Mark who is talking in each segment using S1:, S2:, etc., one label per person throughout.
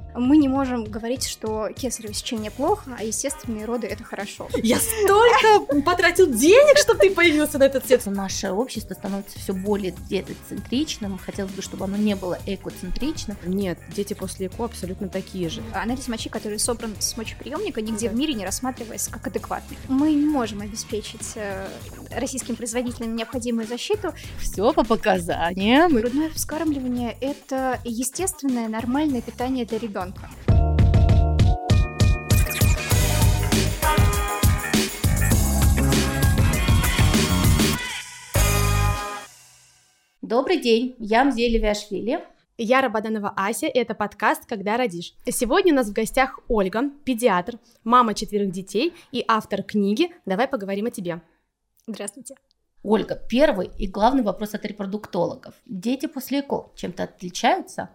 S1: Мы не можем говорить, что кесарево сечение плохо, а естественные роды — это хорошо.
S2: Я столько потратил денег, чтобы ты появился на этот свет. Наше общество становится все более детоцентричным. Хотелось бы, чтобы оно не было экоцентричным.
S3: Нет, дети после ЭКО абсолютно такие же.
S1: Анализ мочи, который собран с мочеприемника, нигде в мире не рассматривается как адекватный. Мы не можем обеспечить российским производителям необходимую защиту.
S2: Все по показаниям.
S1: Грудное вскармливание — это естественное, нормальное питание для ребенка.
S2: Добрый день, я Мзея Левиашвили.
S3: Я Рабаданова Ася, и это подкаст «Когда родишь». Сегодня у нас в гостях Ольга, педиатр, мама 4 детей и автор книги «Давай поговорим о тебе».
S1: Здравствуйте.
S2: Ольга, первый и главный вопрос от репродуктологов. Дети после ЭКО чем-то отличаются?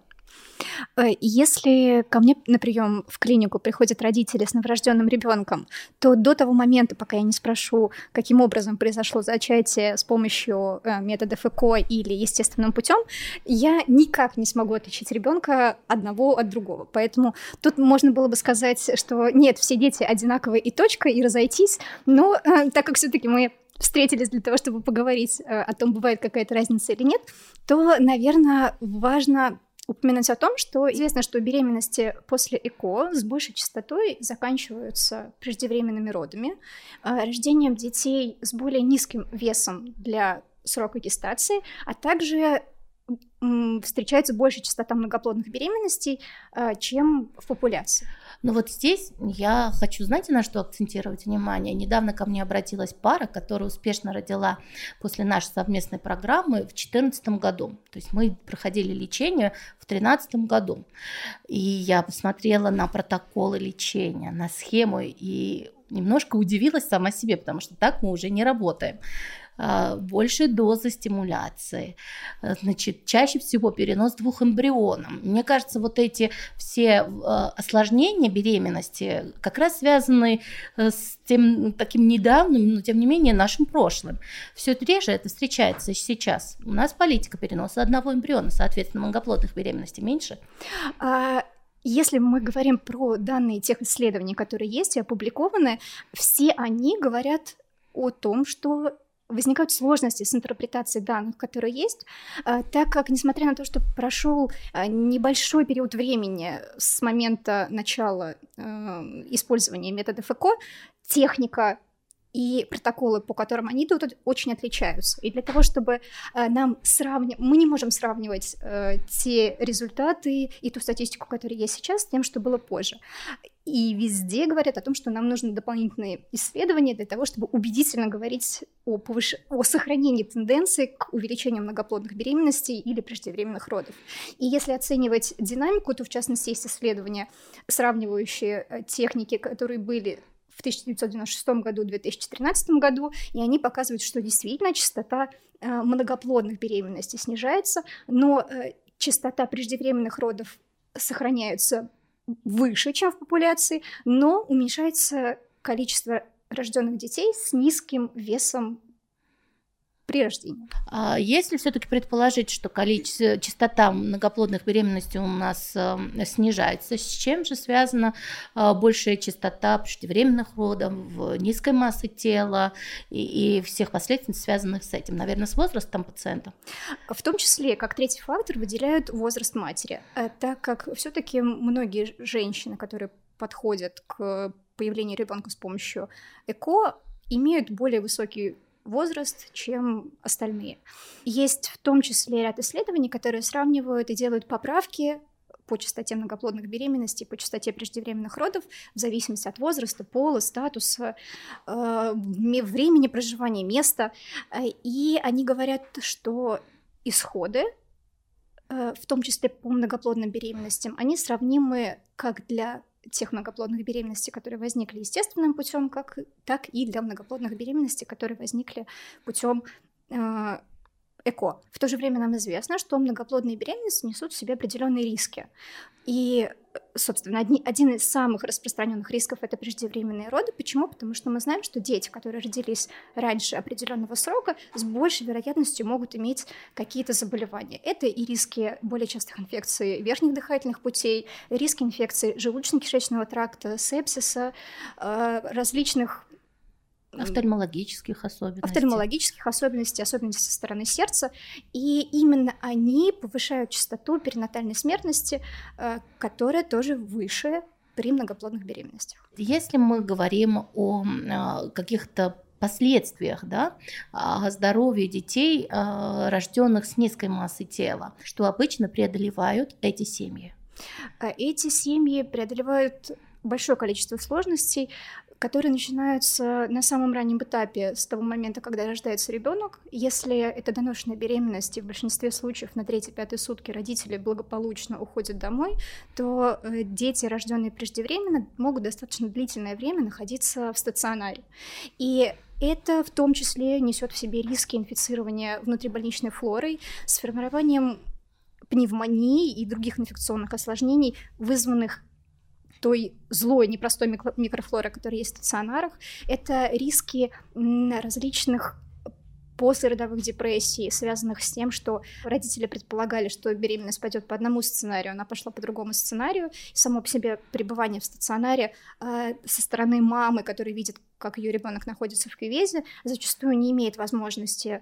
S1: Если ко мне на прием в клинику приходят родители с новорожденным ребенком, то до того момента, пока я не спрошу, каким образом произошло зачатие с помощью методов ЭКО или естественным путем, я никак не смогу отличить ребенка одного от другого. Поэтому тут можно было бы сказать, что нет, все дети одинаковые и точка, и разойтись, но так как все-таки мы встретились для того, чтобы поговорить о том, бывает какая-то разница или нет, то, наверное, важно упомянуть о том, что известно, что беременности после ЭКО с большей частотой заканчиваются преждевременными родами, рождением детей с более низким весом для срока гестации, а также встречается большая частота многоплодных беременностей, чем в популяции.
S2: Но вот здесь я хочу, знаете, на что акцентировать внимание? Недавно ко мне обратилась пара, которая успешно родила после нашей совместной программы в 2014 году. То есть мы проходили лечение в 2013 году. И я посмотрела на протоколы лечения, на схему и немножко удивилась сама себе, потому что так мы уже не работаем. Большие дозы стимуляции, значит, чаще всего перенос 2 эмбрионов. Мне кажется, вот эти все осложнения беременности как раз связаны с тем таким недавним, но тем не менее нашим прошлым. Все реже это встречается сейчас. У нас политика переноса 1 эмбриона, соответственно, многоплодных беременностей меньше.
S1: Если мы говорим про данные тех исследований, которые есть и опубликованы, все они говорят о том, что возникают сложности с интерпретацией данных, которые есть, так как, несмотря на то, что прошел небольшой период времени с момента начала использования методов ЭКО, техника и протоколы, по которым они идут, очень отличаются. И для того, чтобы нам сравнивать, мы не можем сравнивать те результаты и ту статистику, которая есть сейчас, с тем, что было позже. И везде говорят о том, что нам нужны дополнительные исследования для того, чтобы убедительно говорить о сохранении тенденции к увеличению многоплодных беременностей или преждевременных родов. И если оценивать динамику, то, в частности, есть исследования, сравнивающие техники, которые были в 1996 году, 2013 году, и они показывают, что действительно частота многоплодных беременностей снижается, но частота преждевременных родов сохраняется выше, чем в популяции, но уменьшается количество рожденных детей с низким весом при рождении.
S2: Если все-таки предположить, что частота многоплодных беременностей у нас снижается, с чем же связана большая частота преждевременных родов, низкой массы тела и всех последствий, связанных с этим? Наверное, с возрастом пациента?
S1: В том числе, как третий фактор, выделяют возраст матери, так как все-таки многие женщины, которые подходят к появлению ребенка с помощью ЭКО, имеют более высокий возраст, чем остальные. Есть в том числе ряд исследований, которые сравнивают и делают поправки по частоте многоплодных беременностей, по частоте преждевременных родов в зависимости от возраста, пола, статуса, времени проживания, места. И они говорят, что исходы, в том числе по многоплодным беременностям, они сравнимы как для тех многоплодных беременностей, которые возникли естественным путем, так и для многоплодных беременностей, которые возникли путем ЭКО. В то же время нам известно, что многоплодные беременности несут в себе определенные риски. И собственно, один из самых распространенных рисков — это преждевременные роды. Почему? Потому что мы знаем, что дети, которые родились раньше определенного срока, с большей вероятностью могут иметь какие-то заболевания. Это и риски более частых инфекций верхних дыхательных путей, риски инфекций желудочно-кишечного тракта, сепсиса, различных
S2: офтальмологических особенностей, особенностей со стороны сердца, и именно они повышают частоту перинатальной смертности, которая тоже выше при многоплодных беременностях. Если мы говорим о каких-то последствиях, да, о здоровье детей, рожденных с низкой массой тела, что обычно преодолевают эти семьи?
S1: Эти семьи преодолевают большое количество сложностей, которые начинаются на самом раннем этапе, с того момента, когда рождается ребенок. Если это доношенная беременность, и в большинстве случаев на 3-5 сутки родители благополучно уходят домой, то дети, рожденные преждевременно, могут достаточно длительное время находиться в стационаре. И это в том числе несет в себе риски инфицирования внутрибольничной флорой с формированием пневмонии и других инфекционных осложнений, вызванных той злой, непростой микрофлоры, которая есть в стационарах. Это риски различных послеродовых депрессий, связанных с тем, что родители предполагали, что беременность пойдет по одному сценарию, она пошла по другому сценарию. Само по себе пребывание в стационаре со стороны мамы, которая видит, как ее ребенок находится в кювезе, зачастую не имеет возможности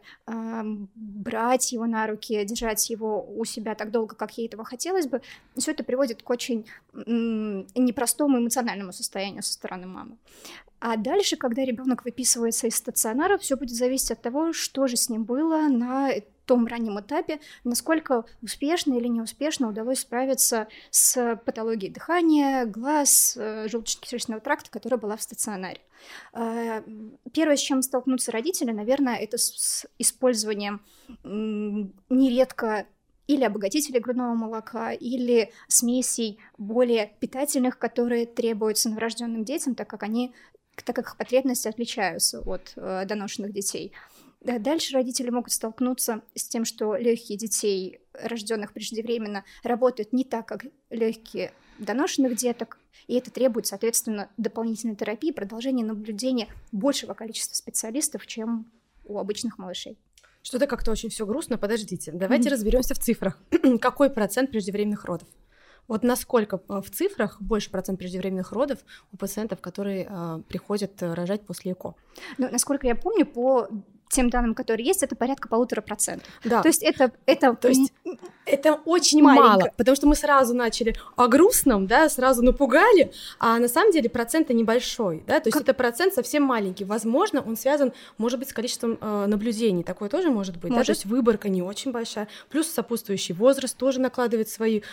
S1: брать его на руки, держать его у себя так долго, как ей этого хотелось бы. Все это приводит к очень непростому эмоциональному состоянию со стороны мамы. А дальше, когда ребенок выписывается из стационара, все будет зависеть от того, что же с ним было на том раннем этапе, насколько успешно или неуспешно удалось справиться с патологией дыхания, глаз, желудочно-кишечного тракта, которая была в стационаре. Первое, с чем столкнутся родители, наверное, это с использованием нередко или обогатителей грудного молока, или смесей более питательных, которые требуются новорожденным детям, так как их потребности отличаются от доношенных детей. Дальше родители могут столкнуться с тем, что легкие детей, рожденных преждевременно, работают не так, как легкие доношенных деток, и это требует, соответственно, дополнительной терапии, продолжения наблюдения большего количества специалистов, чем у обычных малышей.
S3: Что-то как-то очень все грустно. Подождите, давайте разберемся в цифрах. Какой процент преждевременных родов? Вот насколько в цифрах больше процент преждевременных родов у пациентов, которые приходят рожать после ЭКО?
S1: Ну, насколько я помню, по тем данным, которые есть, это порядка 1,5%.
S3: Да.
S1: То есть это
S3: очень
S1: маленько.
S3: мало, потому что мы сразу начали о грустном, да, сразу напугали, а на самом деле процент небольшой, да, то есть это процент совсем маленький. Возможно, он связан, может быть, с количеством наблюдений, такое тоже может быть, да, то есть выборка не очень большая, плюс сопутствующий возраст тоже накладывает свое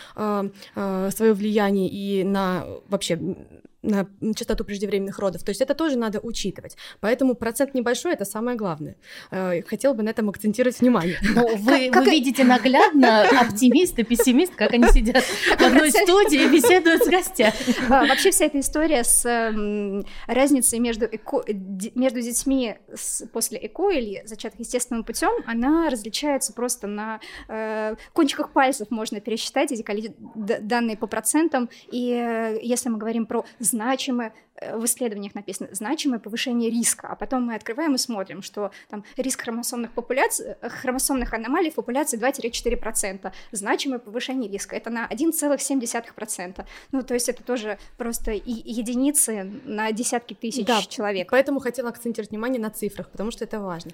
S3: влияние и на вообще на частоту преждевременных родов. То есть это тоже надо учитывать. Поэтому процент небольшой — это самое главное. Хотела бы на этом акцентировать внимание.
S2: Вы видите наглядно оптимист и пессимист, как они сидят в одной студии и беседуют с гостями.
S1: Вообще вся эта история с разницей между детьми после ЭКО или зачатых естественным путем, она различается просто на кончиках пальцев, можно пересчитать эти данные по процентам. И если мы говорим про значимое, в исследованиях написано значимое повышение риска, а потом мы открываем и смотрим, что там риск хромосомных аномалий в популяции 2-4%, значимое повышение риска это на 1,7%. Ну, то есть это тоже просто единицы на десятки тысяч человек.
S3: Поэтому хотела акцентировать внимание на цифрах, потому что это важно.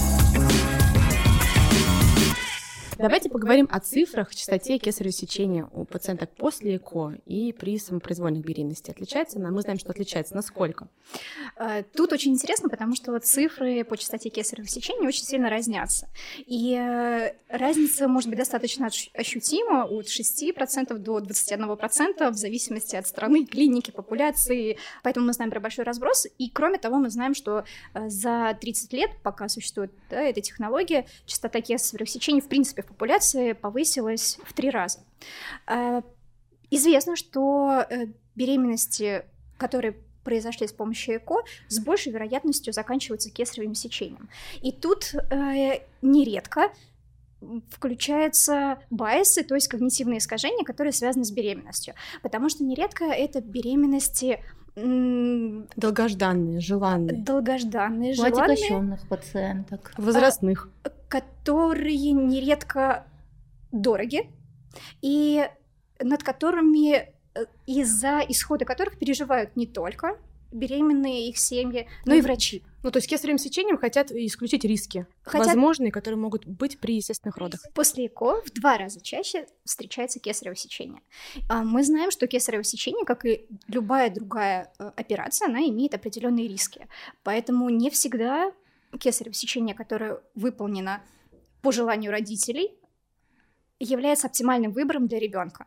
S3: Давайте поговорим о цифрах, частоте кесарево сечения у пациенток после ЭКО и при самопроизвольной беременности. Отличается она? Мы знаем, что отличается. Насколько?
S1: Тут очень интересно, потому что цифры по частоте кесарево сечения очень сильно разнятся. И разница может быть достаточно ощутима от 6% до 21% в зависимости от страны, клиники, популяции. Поэтому мы знаем про большой разброс. И кроме того, мы знаем, что за 30 лет, пока существует эта технология, частота кесарево сечения в принципе в популяции повысилась в 3 раза. Известно, что беременности, которые произошли с помощью ЭКО, с большей вероятностью заканчиваются кесаревым сечением. И тут нередко включаются байсы, то есть когнитивные искажения, которые связаны с беременностью. Потому что нередко это беременности
S3: долгожданные, желанные.
S1: Долгожданные,
S2: желанные. У отягощенных пациенток.
S3: Возрастных.
S1: Которые нередко дороги, и над которыми, из-за исхода которых переживают не только беременные, их семьи, но и врачи.
S3: Ну, то есть кесаревым сечением хотят исключить риски, возможные, которые могут быть при естественных родах.
S1: После ЭКО в 2 раза чаще встречается кесарево сечение. Мы знаем, что кесарево сечение, как и любая другая операция, она имеет определенные риски. Поэтому не всегда кесарево сечение, которое выполнено по желанию родителей, является оптимальным выбором для ребенка.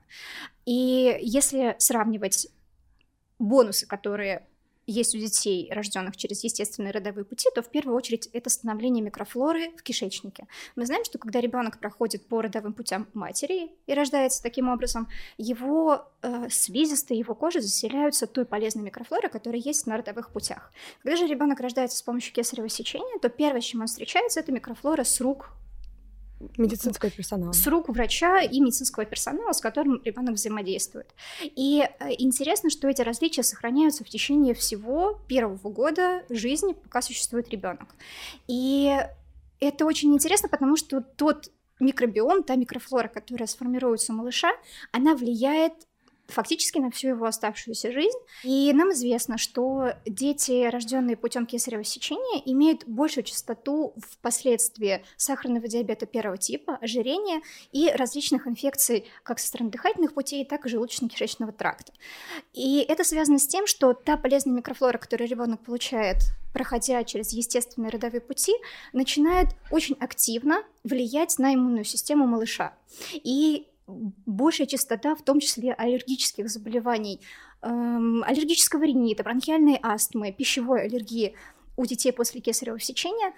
S1: И если сравнивать бонусы, которые есть у детей, рожденных через естественные родовые пути, то в первую очередь это становление микрофлоры в кишечнике. Мы знаем, что когда ребенок проходит по родовым путям матери и рождается таким образом, его слизистые, его кожа заселяются той полезной микрофлорой, которая есть на родовых путях. Когда же ребенок рождается с помощью кесарево сечения, то первое, с чем он встречается, это микрофлора с рук
S3: медицинского персонала.
S1: С рук врача и медицинского персонала, с которым ребенок взаимодействует. И интересно, что эти различия сохраняются в течение всего первого года жизни, пока существует ребенок. И это очень интересно, потому что тот микробиом, та микрофлора, которая сформируется у малыша, она влияет фактически на всю его оставшуюся жизнь. И нам известно, что дети, рожденные путем кесарево сечения, имеют большую частоту впоследствии сахарного диабета 1 типа, ожирения и различных инфекций как со стороны дыхательных путей, так и желудочно-кишечного тракта. И это связано с тем, что та полезная микрофлора, которую ребенок получает, проходя через естественные родовые пути, начинает очень активно влиять на иммунную систему малыша. И большая частота, в том числе аллергических заболеваний, аллергического ринита, бронхиальной астмы, пищевой аллергии у детей после кесаревого сечения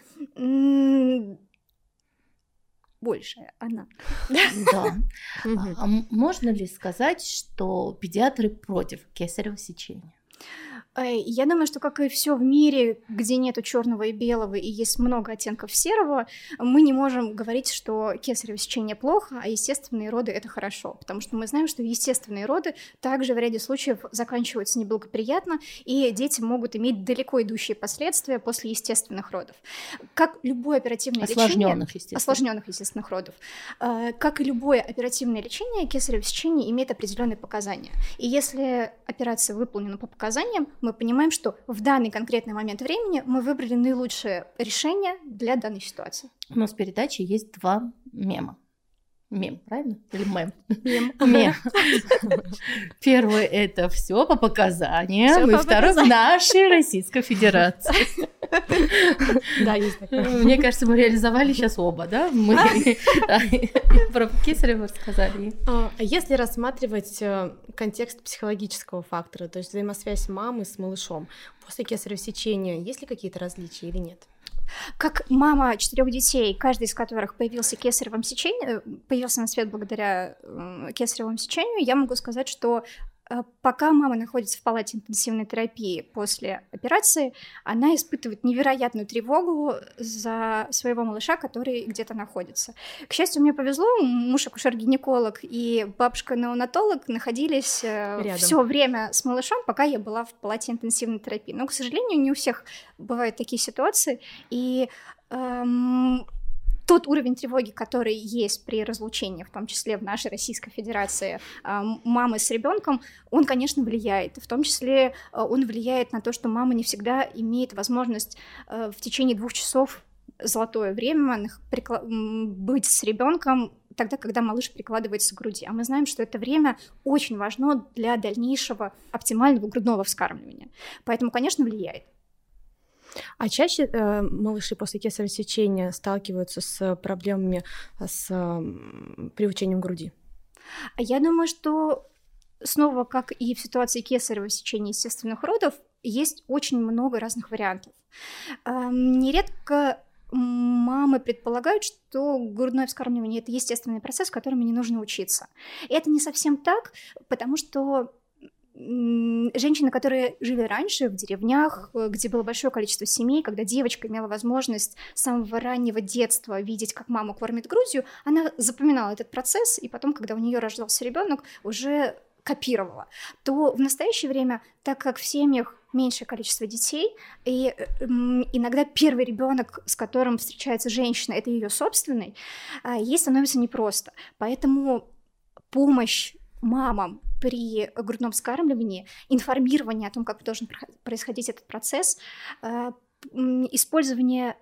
S1: большая она.
S2: Да. А можно ли сказать, что педиатры против кесарево сечения?
S1: Я думаю, что, как и все в мире, где нету черного и белого и есть много оттенков серого, мы не можем говорить, что кесарево сечение плохо, а естественные роды — это хорошо, потому что мы знаем, что естественные роды также в ряде случаев заканчиваются неблагоприятно, и дети могут иметь далеко идущие последствия после естественных родов. Как любое оперативное лечение... Осложненных естественных родов. Как и любое оперативное лечение, кесарево сечение имеет определенные показания. И если операция выполнена по показаниям, мы понимаем, что в данный конкретный момент времени мы выбрали наилучшее решение для данной ситуации.
S2: У нас в передаче есть 2 мема. Мем, правильно? Или мем?
S1: Мем.
S2: Первый — это все по показаниям, и второй — в нашей Российской Федерации.
S3: Да, есть такое.
S2: Мне кажется, мы реализовали сейчас оба, да? Мы про кесарево рассказали.
S3: Если рассматривать контекст психологического фактора, то есть взаимосвязь мамы с малышом, после кесарево сечения есть ли какие-то различия или нет?
S1: Как мама 4 детей, каждый из которых появился на свет благодаря кесаревому сечению, я могу сказать, что пока мама находится в палате интенсивной терапии после операции, она испытывает невероятную тревогу за своего малыша, который где-то находится. К счастью, мне повезло, муж акушер-гинеколог и бабушка-неонатолог находились все время с малышом, пока я была в палате интенсивной терапии. Но, к сожалению, не у всех бывают такие ситуации, и тот уровень тревоги, который есть при разлучении, в том числе в нашей Российской Федерации, мамы с ребенком, он, конечно, влияет. В том числе он влияет на то, что мама не всегда имеет возможность в течение 2 часов, золотое время, быть с ребенком тогда, когда малыш прикладывается к груди. А мы знаем, что это время очень важно для дальнейшего оптимального грудного вскармливания. Поэтому, конечно, влияет.
S3: А чаще малыши после кесарево сечения сталкиваются с проблемами с приучением к груди?
S1: Я думаю, что снова, как и в ситуации кесарево сечения естественных родов, есть очень много разных вариантов. Нередко мамы предполагают, что грудное вскармливание — это естественный процесс, которому не нужно учиться. И это не совсем так, потому что женщины, которые жили раньше в деревнях, где было большое количество семей, когда девочка имела возможность с самого раннего детства видеть, как мама кормит грудью, она запоминала этот процесс, и потом, когда у нее рождался ребенок, уже копировала. То в настоящее время, так как в семьях меньшее количество детей, и иногда первый ребенок, с которым встречается женщина, это ее собственный, ей становится непросто. Поэтому помощь мамам при грудном вскармливании, информирование о том, как должен происходить этот процесс, использование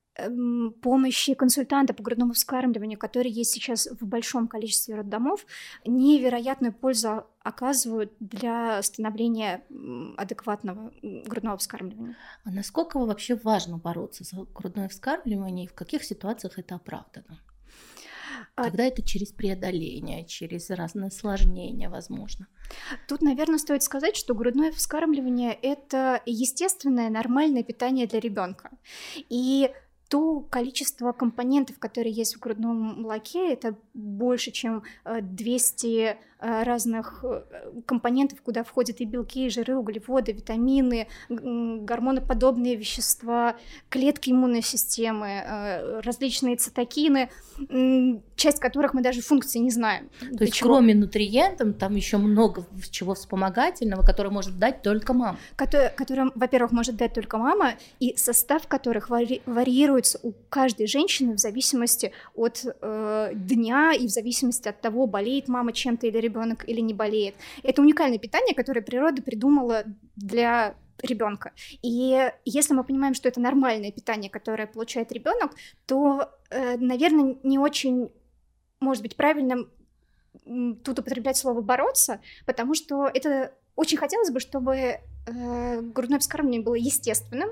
S1: помощи консультанта по грудному вскармливанию, который есть сейчас в большом количестве роддомов, невероятную пользу оказывают для становления адекватного грудного вскармливания.
S2: А насколько вообще важно бороться за грудное вскармливание и в каких ситуациях это оправдано? Когда это через преодоление, через разные осложнения, возможно.
S1: Тут, наверное, стоит сказать, что грудное вскармливание – это естественное, нормальное питание для ребенка. И то количество компонентов, которые есть в грудном молоке, это больше, чем 200 разных компонентов, куда входят и белки, и жиры, углеводы, витамины, гормоноподобные вещества, клетки иммунной системы, различные цитокины, часть которых мы даже функции не знаем.
S2: То есть кроме нутриентов, там еще много чего вспомогательного, которое может дать только мама.
S1: Которым, во-первых, может дать только мама, и состав которых варьируется у каждой женщины в зависимости от дня и в зависимости от того, болеет мама чем-то или ребенок или не болеет. Это уникальное питание, которое природа придумала для ребенка. И если мы понимаем, что это нормальное питание, которое получает ребенок, то, наверное, не очень, может быть, правильным тут употреблять слово «бороться», потому что это очень хотелось бы, чтобы грудное вскармливание было естественным,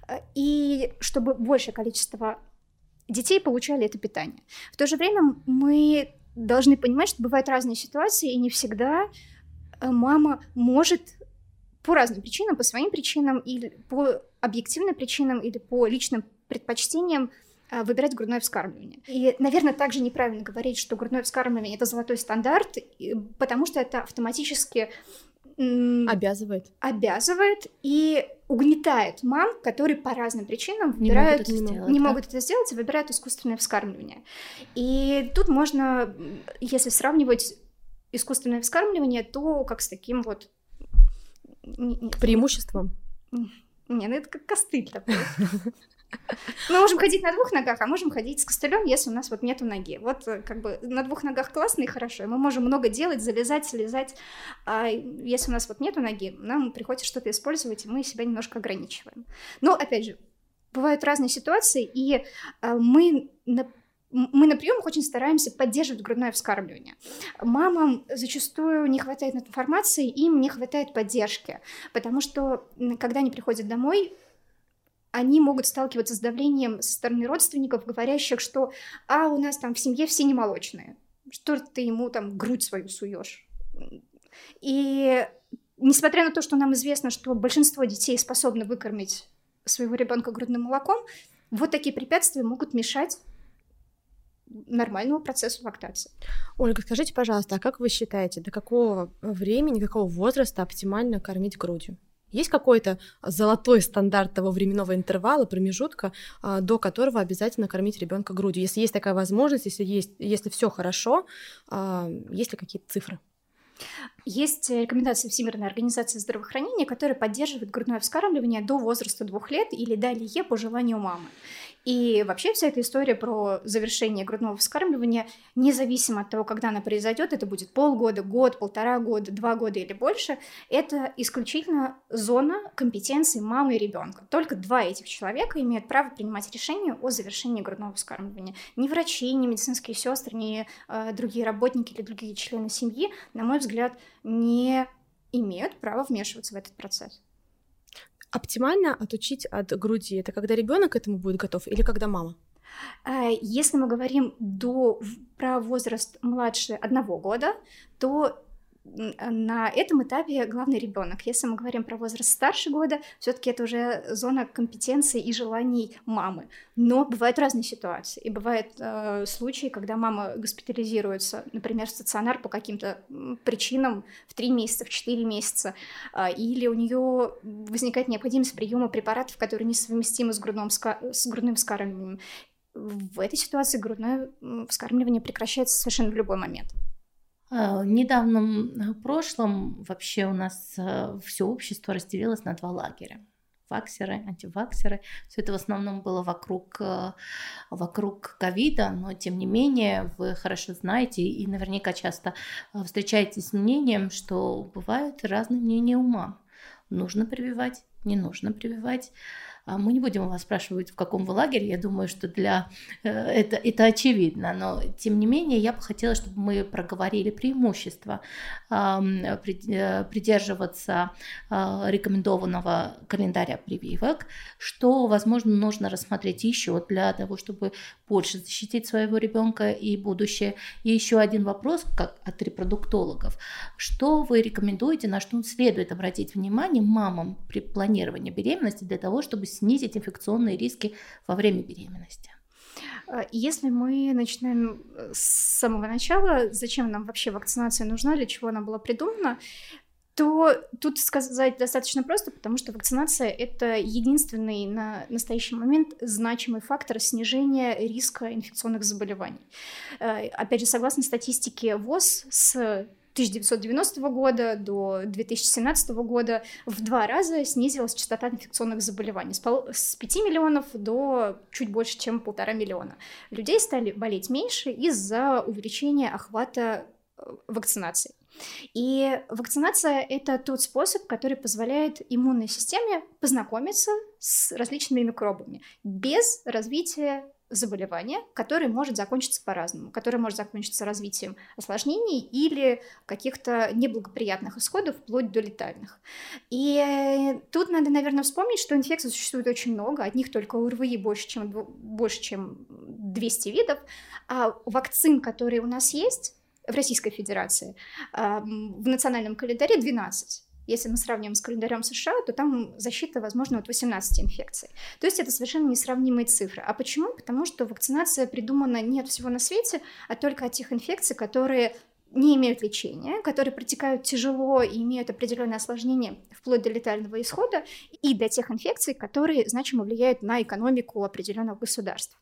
S1: и чтобы большее количество детей получали это питание. В то же время мы должны понимать, что бывают разные ситуации, и не всегда мама может по разным причинам, по своим причинам, или по объективным причинам, или по личным предпочтениям выбирать грудное вскармливание. И, наверное, также неправильно говорить, что грудное вскармливание – это золотой стандарт, потому что это автоматически обязывает и угнетает мам, которые по разным причинам выбирают, не могут это сделать и выбирают искусственное вскармливание. И тут можно, если сравнивать искусственное вскармливание, то как с таким вот
S3: преимуществом.
S1: Не, ну это как костыль такой. Мы можем ходить на двух ногах, а можем ходить с костылем, если у нас вот нету ноги. Вот как бы на двух ногах классно и хорошо, и мы можем много делать, залезать, слезать, а если у нас вот нету ноги, нам приходится что-то использовать, и мы себя немножко ограничиваем. Но, опять же, бывают разные ситуации, и мы на приемах очень стараемся поддерживать грудное вскармливание. Мамам зачастую не хватает информации, им не хватает поддержки, потому что, когда они приходят домой, они могут сталкиваться с давлением со стороны родственников, говорящих, что у нас там в семье все немолочные, что ты ему там грудь свою суешь. И несмотря на то, что нам известно, что большинство детей способны выкормить своего ребенка грудным молоком, вот такие препятствия могут мешать нормальному процессу лактации.
S3: Ольга, скажите, пожалуйста, а как вы считаете, до какого времени, какого возраста оптимально кормить грудью? Есть какой-то золотой стандарт того временного интервала, промежутка, до которого обязательно кормить ребенка грудью? Если есть такая возможность, если все хорошо, есть ли какие-то цифры?
S1: Есть рекомендации Всемирной организации здравоохранения, которые поддерживают грудное вскармливание до возраста 2 лет или далее по желанию мамы. И вообще вся эта история про завершение грудного вскармливания, независимо от того, когда она произойдет, это будет полгода, год, 1,5 года, 2 года или больше, это исключительно зона компетенции мамы и ребенка. Только 2 этих человека имеют право принимать решение о завершении грудного вскармливания. Ни врачи, ни медицинские сестры, ни другие работники или другие члены семьи, на мой взгляд, не имеют права вмешиваться в этот процесс.
S3: Оптимально отучить от груди — это когда ребенок к этому будет готов или когда мама?
S1: Если мы говорим про возраст младше 1 года, то на этом этапе главный ребенок. Если мы говорим про возраст старше года, все-таки это уже зона компетенций и желаний мамы. Но бывают разные ситуации. И бывают случаи, когда мама госпитализируется, например, в стационар по каким-то причинам в 3 месяца, в 4 месяца, или у нее возникает необходимость приема препаратов, которые несовместимы с грудным вскармливанием. В этой ситуации грудное вскармливание прекращается совершенно в любой момент.
S2: В недавнем прошлом вообще у нас все общество разделилось на 2 лагеря. Ваксеры, антиваксеры. Все это в основном было вокруг ковида, но тем не менее вы хорошо знаете и наверняка часто встречаетесь с мнением, что бывают разные мнения у мам. Нужно прививать, не нужно прививать. Мы не будем у вас спрашивать, в каком вы лагере, я думаю, что это очевидно, но тем не менее я бы хотела, чтобы мы проговорили преимущества придерживаться рекомендованного календаря прививок, что, возможно, нужно рассмотреть еще для того, чтобы больше защитить своего ребенка и будущее. И еще один вопрос, как от репродуктологов. Что вы рекомендуете, на что следует обратить внимание мамам при планировании беременности для того, чтобы снизить инфекционные риски во время беременности?
S1: Если мы начинаем с самого начала, зачем нам вообще вакцинация нужна, для чего она была придумана, то тут сказать достаточно просто, потому что вакцинация – это единственный на настоящий момент значимый фактор снижения риска инфекционных заболеваний. Опять же, согласно статистике ВОЗ, с 1990 года до 2017 года в 2 раза снизилась частота инфекционных заболеваний с 5 миллионов до чуть больше, чем 1,5 миллиона. Людей стали болеть меньше из-за увеличения охвата вакцинации. И вакцинация – это тот способ, который позволяет иммунной системе познакомиться с различными микробами без развития заболевания, которое может закончиться по-разному, которое может закончиться развитием осложнений или каких-то неблагоприятных исходов, вплоть до летальных. И тут надо, наверное, вспомнить, что инфекций существует очень много, от них только ОРВИ больше, чем 200 видов, а вакцин, которые у нас есть в Российской Федерации, в национальном календаре 12. Если мы сравним с календарем США, то там защита, возможно, от 18 инфекций. То есть это совершенно несравнимые цифры. А почему? Потому что вакцинация придумана не от всего на свете, а только от тех инфекций, которые не имеют лечения, которые протекают тяжело и имеют определенные осложнения вплоть до летального исхода, и для тех инфекций, которые значимо влияют на экономику определенного государства.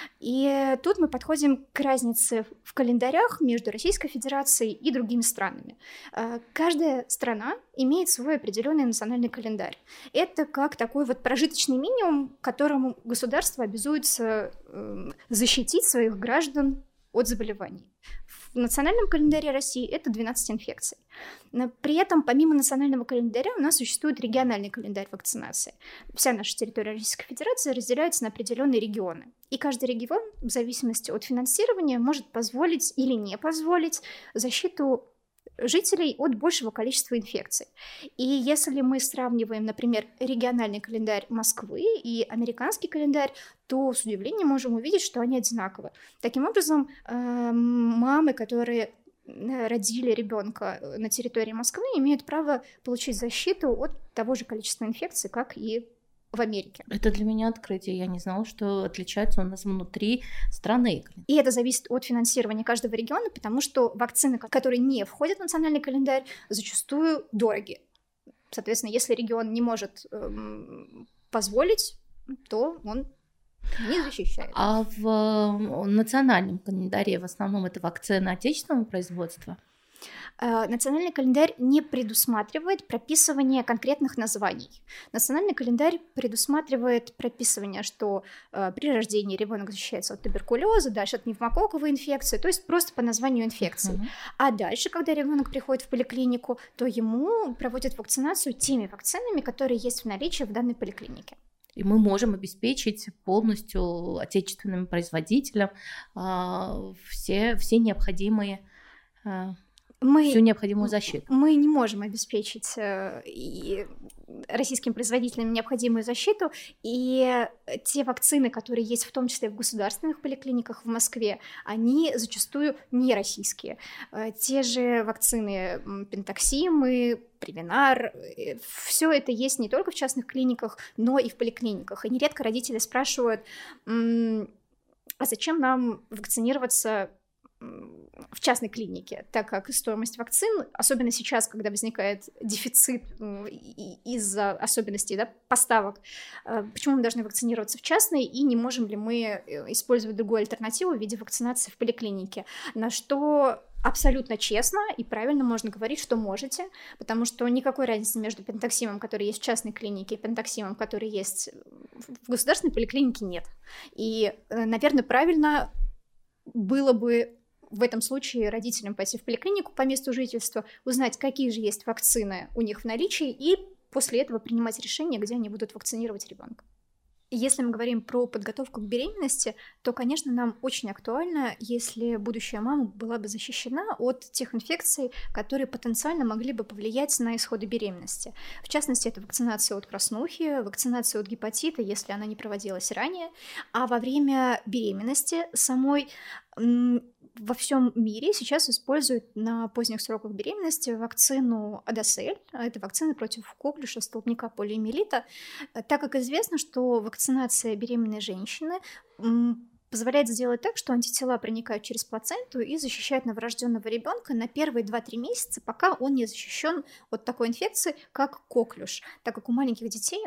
S1: И тут мы подходим к разнице в календарях между Российской Федерацией и другими странами. Каждая страна имеет свой определенный национальный календарь. Это как такой вот прожиточный минимум, которому государство обязуется защитить своих граждан от заболеваний. В национальном календаре России это 12 инфекций. Но при этом, помимо национального календаря, у нас существует региональный календарь вакцинации. Вся наша территория Российской Федерации разделяется на определенные регионы. И каждый регион, в зависимости от финансирования, может позволить или не позволить защиту жителей от большего количества инфекций. И если мы сравниваем, например, региональный календарь Москвы и американский календарь, то с удивлением можем увидеть, что они одинаковы. Таким образом, мамы, которые родили ребенка на территории Москвы, имеют право получить защиту от того же количества инфекций, как и в Америке.
S2: Это для меня открытие. Я не знала, что отличается у нас внутри страны.
S1: И это зависит от финансирования каждого региона, потому что вакцины, которые не входят в национальный календарь, зачастую дороги. Соответственно, если регион не может позволить, то он не защищает.
S2: А в национальном календаре в основном это вакцины отечественного производства?
S1: Национальный календарь не предусматривает прописывание конкретных названий. Национальный календарь предусматривает прописывание, что при рождении ребенок защищается от туберкулеза, дальше от пневмококковой инфекции, то есть просто по названию инфекции. А дальше, когда ребенок приходит в поликлинику, то ему проводят вакцинацию теми вакцинами, которые есть в наличии в данной поликлинике.
S2: И мы можем обеспечить полностью отечественным производителям все необходимые всю необходимую защиту.
S1: Мы не можем обеспечить российским производителям необходимую защиту, и те вакцины, которые есть в том числе в государственных поликлиниках в Москве, они зачастую не российские. Те же вакцины Пентаксим, Превинар, все это есть не только в частных клиниках, но и в поликлиниках. И нередко родители спрашивают, а зачем нам вакцинироваться в частной клинике, так как стоимость вакцин, особенно сейчас, когда возникает дефицит из-за особенностей, да, поставок, почему мы должны вакцинироваться в частной, и не можем ли мы использовать другую альтернативу в виде вакцинации в поликлинике, на что абсолютно честно и правильно можно говорить, что можете, потому что никакой разницы между Пентаксимом, который есть в частной клинике, и Пентаксимом, который есть в государственной поликлинике, нет. И, наверное, правильно было бы в этом случае родителям пойти в поликлинику по месту жительства, узнать, какие же есть вакцины у них в наличии, и после этого принимать решение, где они будут вакцинировать ребенка. Если мы говорим про подготовку к беременности, то, конечно, нам очень актуально, если будущая мама была бы защищена от тех инфекций, которые потенциально могли бы повлиять на исходы беременности. В частности, это вакцинация от краснухи, вакцинация от гепатита, если она не проводилась ранее, а во время беременности самой во всем мире сейчас используют на поздних сроках беременности вакцину Адасель. Это вакцина против коклюша, столбняка, полиомиелита. Так как известно, что вакцинация беременной женщины позволяет сделать так, что антитела проникают через плаценту и защищают новорожденного ребенка на первые 2-3 месяца, пока он не защищен от такой инфекции, как коклюш. Так как у маленьких детей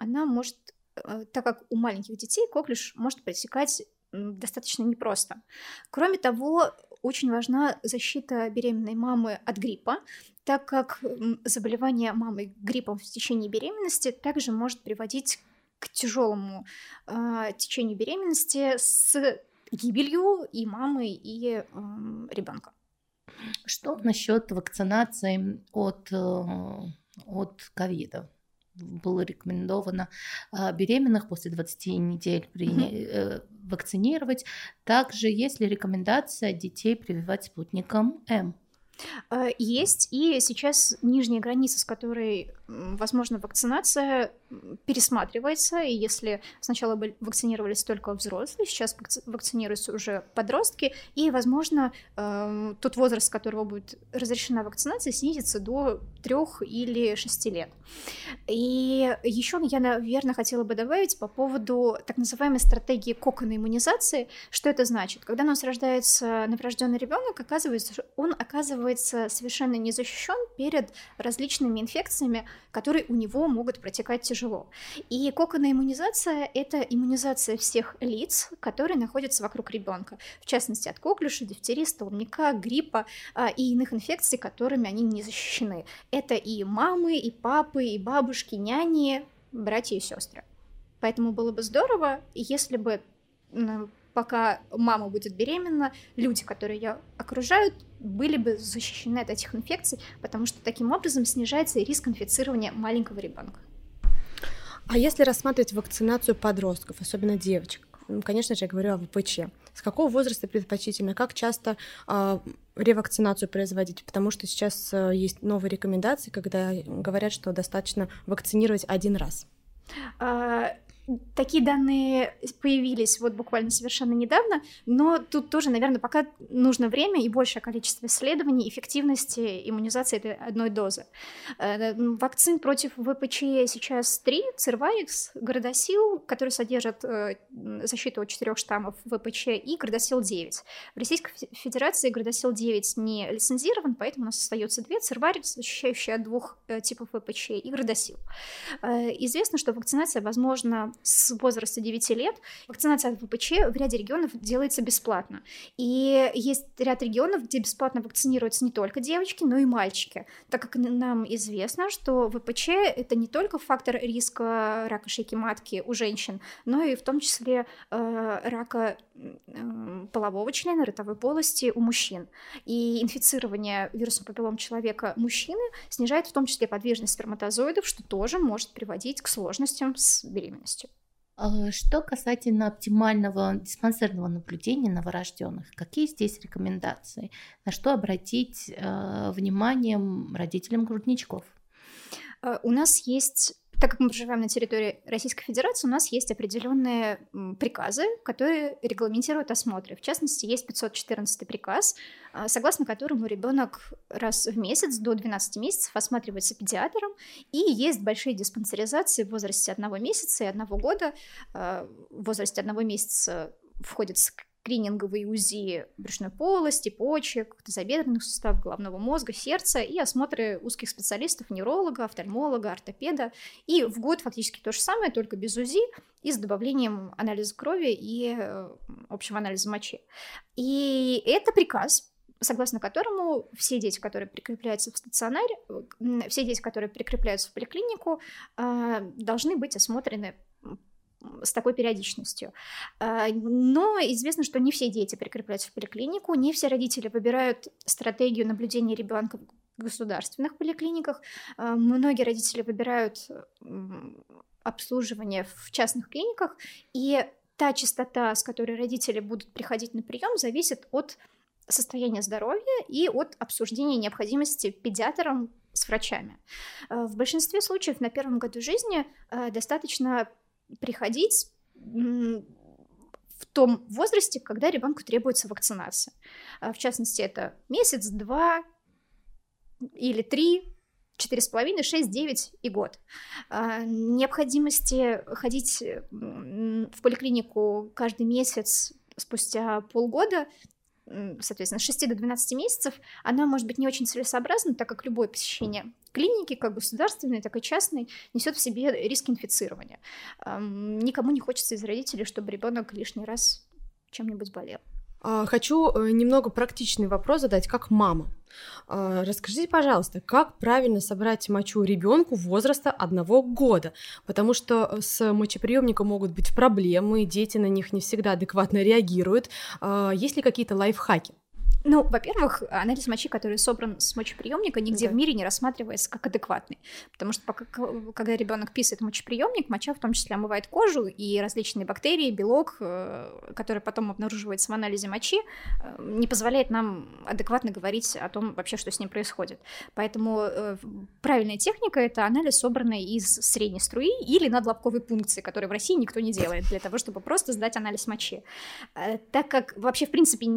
S1: коклюш может протекать достаточно непросто. Кроме того, очень важна защита беременной мамы от гриппа, так как заболевание мамы гриппом в течение беременности также может приводить к тяжелому течению беременности с гибелью и мамы, и ребенка.
S2: Что насчет вакцинации от ковида? Было рекомендовано беременных после 20 недель вакцинировать. Также есть ли рекомендация детей прививать спутником М?
S1: Есть, и сейчас нижняя граница, с которой возможно вакцинация, пересматривается, и если сначала вакцинировались только взрослые, сейчас вакцинируются уже подростки, и, возможно, тот возраст, с которого будет разрешена вакцинация, снизится до 3 или 6 лет. И еще я, наверное, хотела бы добавить по поводу так называемой стратегии коконной иммунизации. Что это значит? Когда у нас рождается новорожденный ребенок, он оказывается совершенно не защищен перед различными инфекциями, которые у него могут протекать тяжело. И коконная иммунизация – это иммунизация всех лиц, которые находятся вокруг ребенка, в частности от коклюша, дифтерии, столбняка, гриппа и иных инфекций, которыми они не защищены. Это и мамы, и папы, и бабушки, няни, братья и сестры. Поэтому было бы здорово, если бы пока мама будет беременна, люди, которые ее окружают, были бы защищены от этих инфекций, потому что таким образом снижается и риск инфицирования маленького ребенка.
S3: А если рассматривать вакцинацию подростков, особенно девочек, конечно же, я говорю о ВПЧ, с какого возраста предпочтительно, как часто ревакцинацию производить, потому что сейчас есть новые рекомендации, когда говорят, что достаточно вакцинировать 1 раз.
S1: Такие данные появились вот буквально совершенно недавно, но тут тоже, наверное, пока нужно время и большее количество исследований эффективности иммунизации этой одной дозы. Вакцин против ВПЧ сейчас 3: Cervarix, Gardasil, который содержит защиту от 4 штаммов ВПЧ, и Gardasil 9. В Российской Федерации Gardasil 9 не лицензирован, поэтому у нас остается 2: Cervarix, защищающие от 2 типов ВПЧ, и Gardasil. Известно, что вакцинация возможна с возраста 9 лет. Вакцинация от ВПЧ в ряде регионов делается бесплатно. И есть ряд регионов, где бесплатно вакцинируются не только девочки, но и мальчики, так как нам известно, что ВПЧ – это не только фактор риска рака шейки матки у женщин, но и в том числе рака полового члена, ротовой полости у мужчин. И инфицирование вирусом папиллом человека мужчины снижает в том числе подвижность сперматозоидов, что тоже может приводить к сложностям с беременностью.
S2: Что касательно оптимального диспансерного наблюдения новорожденных, какие здесь рекомендации? На что обратить внимание родителям грудничков?
S1: У нас есть Так как мы проживаем на территории Российской Федерации, у нас есть определенные приказы, которые регламентируют осмотры. В частности, есть 514 приказ, согласно которому ребенок раз в месяц до 12 месяцев осматривается педиатром, и есть большие диспансеризации в возрасте 1 месяца и 1 года. В возрасте 1 месяца входит скрининговые УЗИ брюшной полости, почек, тазобедренных суставов, головного мозга, сердца и осмотры узких специалистов, невролога, офтальмолога, ортопеда. И в год фактически то же самое, только без УЗИ и с добавлением анализа крови и общего анализа мочи. И это приказ, согласно которому все дети, которые прикрепляются в стационаре, все дети, которые прикрепляются в поликлинику, должны быть осмотрены с такой периодичностью. Но известно, что не все дети прикрепляются в поликлинику, не все родители выбирают стратегию наблюдения ребенка в государственных поликлиниках. Многие родители выбирают обслуживание в частных клиниках, и та частота, с которой родители будут приходить на прием, зависит от состояния здоровья и от обсуждения необходимости педиатром с врачами. В большинстве случаев на 1-м году жизни достаточно приходить в том возрасте, когда ребенку требуется вакцинация. В частности, это месяц, 2 или 3, 4,5, 6, 9 и год. Необходимости ходить в поликлинику каждый месяц спустя полгода, соответственно, с 6 до 12 месяцев, она может быть не очень целесообразна, так как любое посещение клиники, как государственной, так и частной, несет в себе риск инфицирования. Никому не хочется из родителей, чтобы ребенок лишний раз чем-нибудь болел.
S3: Хочу немного практичный вопрос задать, как мама. Расскажите, пожалуйста, как правильно собрать мочу ребенку возраста 1 года? Потому что с мочеприемником могут быть проблемы, дети на них не всегда адекватно реагируют. Есть ли какие-то лайфхаки?
S1: Ну, во-первых, анализ мочи, который собран с мочеприемника, нигде в мире не рассматривается как адекватный, потому что когда ребенок писает в мочеприемник, моча в том числе омывает кожу, и различные бактерии, белок, который потом обнаруживается в анализе мочи, не позволяет нам адекватно говорить о том вообще, что с ним происходит. Поэтому правильная техника — это анализ, собранный из средней струи или надлобковой пункции, который в России никто не делает, для того, чтобы просто сдать анализ мочи. Так как вообще, в принципе,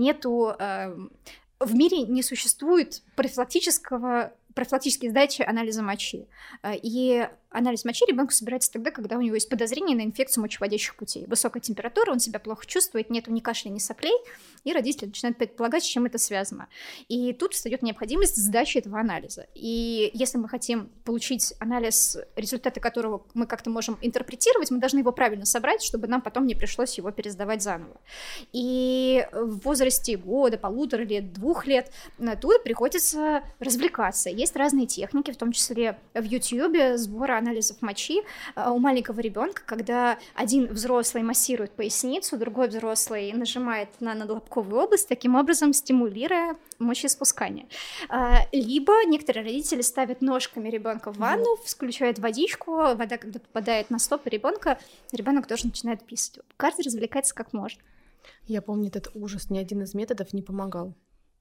S1: в мире не существует профилактической сдачи анализа мочи. И анализ мочи ребенку собирается тогда, когда у него есть подозрение на инфекцию мочеводящих путей. Высокая температура, он себя плохо чувствует, нет ни кашля, ни соплей, и родители начинают предполагать, с чем это связано. И тут встает необходимость сдачи этого анализа. И если мы хотим получить анализ, результаты которого мы как-то можем интерпретировать, мы должны его правильно собрать, чтобы нам потом не пришлось его пересдавать заново. И в возрасте года, 1,5 лет, 2 лет тут приходится развлекаться. Есть разные техники, в том числе в YouTube, сбора анализов мочи у маленького ребенка, когда один взрослый массирует поясницу, другой взрослый нажимает на надлобковую область, таким образом стимулируя мочеиспускание. Либо некоторые родители ставят ножками ребенка в ванну, включают водичку, вода, когда попадает на стопы ребенка, ребенок тоже начинает писать. Каждый развлекается как может.
S3: Я помню этот ужас, ни один из методов не помогал.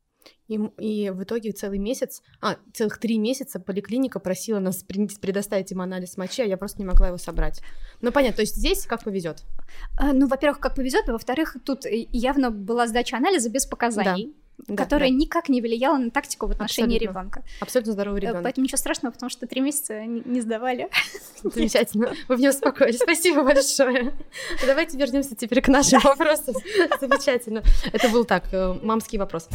S3: И в итоге целых 3 месяца поликлиника просила нас предоставить им анализ мочи, а я просто не могла его собрать. Ну, понятно, то есть здесь как повезет.
S1: Ну, во-первых, как повезет, а во-вторых, тут явно была сдача анализа без показаний. Да. Которая никак не влияла на тактику в отношении ребенка.
S3: Абсолютно здоровый ребенок.
S1: Поэтому ничего страшного, потому что 3 месяца не сдавали.
S3: Замечательно. Вы меня успокоили. Спасибо большое. Давайте вернемся теперь к нашим вопросам. Замечательно. Это был мамский вопрос.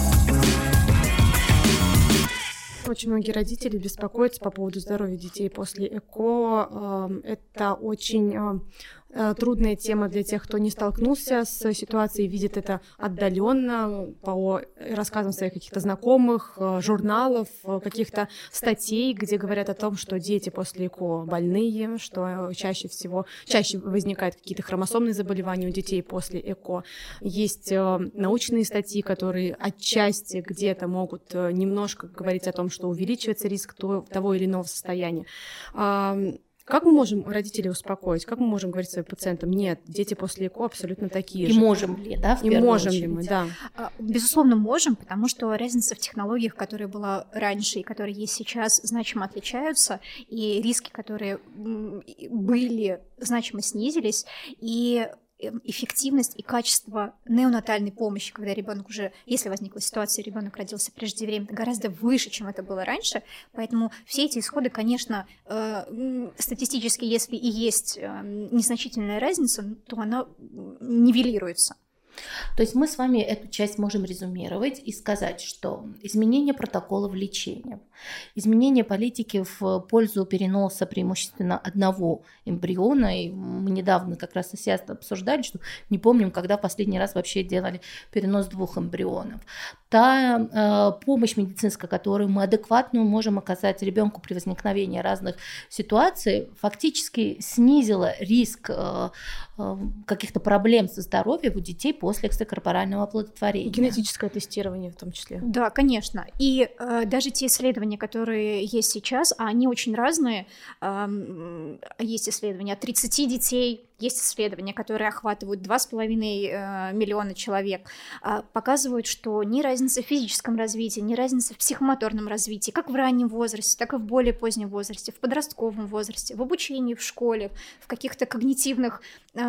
S3: Очень многие родители беспокоятся по поводу здоровья детей после ЭКО. Это очень трудная тема для тех, кто не столкнулся с ситуацией, видит это отдаленно по рассказам своих каких-то знакомых, журналов, каких-то статей, где говорят о том, что дети после ЭКО больные, что чаще возникают какие-то хромосомные заболевания у детей после ЭКО. Есть научные статьи, которые отчасти где-то могут немножко говорить о том, что увеличивается риск того или иного состояния. Как мы можем родителей успокоить? Как мы можем говорить своим пациентам: нет, дети после ЭКО абсолютно такие же?
S2: И можем ли, да, в
S3: И
S2: первую
S3: можем
S2: очередь?
S3: ли мы, да.
S1: Безусловно, можем, потому что разница в технологиях, которая была раньше и которая есть сейчас, значимо отличаются, и риски, которые были, значимо снизились, и эффективность и качество неонатальной помощи, когда ребенок уже, если возникла ситуация, ребенок родился преждевременно, гораздо выше, чем это было раньше. Поэтому все эти исходы, конечно, статистически, если и есть незначительная разница, то она нивелируется.
S2: То есть мы с вами эту часть можем резюмировать и сказать, что изменение протоколов лечения, изменение политики в пользу переноса преимущественно одного эмбриона, и мы недавно как раз с Ясной обсуждали, что не помним, когда в последний раз вообще делали перенос 2 эмбрионов. Та помощь медицинская, которую мы адекватную можем оказать ребенку при возникновении разных ситуаций, фактически снизила риск каких-то проблем со здоровьем у детей после экстракорпорального оплодотворения.
S3: И генетическое тестирование в том числе.
S1: Да, конечно. И даже те исследования, которые есть сейчас, они очень разные. Есть исследования от 30 детей, есть исследования, которые охватывают 2,5 миллиона человек, показывают, что ни разница в физическом развитии, ни разница в психомоторном развитии, как в раннем возрасте, так и в более позднем возрасте, в подростковом возрасте, в обучении в школе, в каких-то когнитивных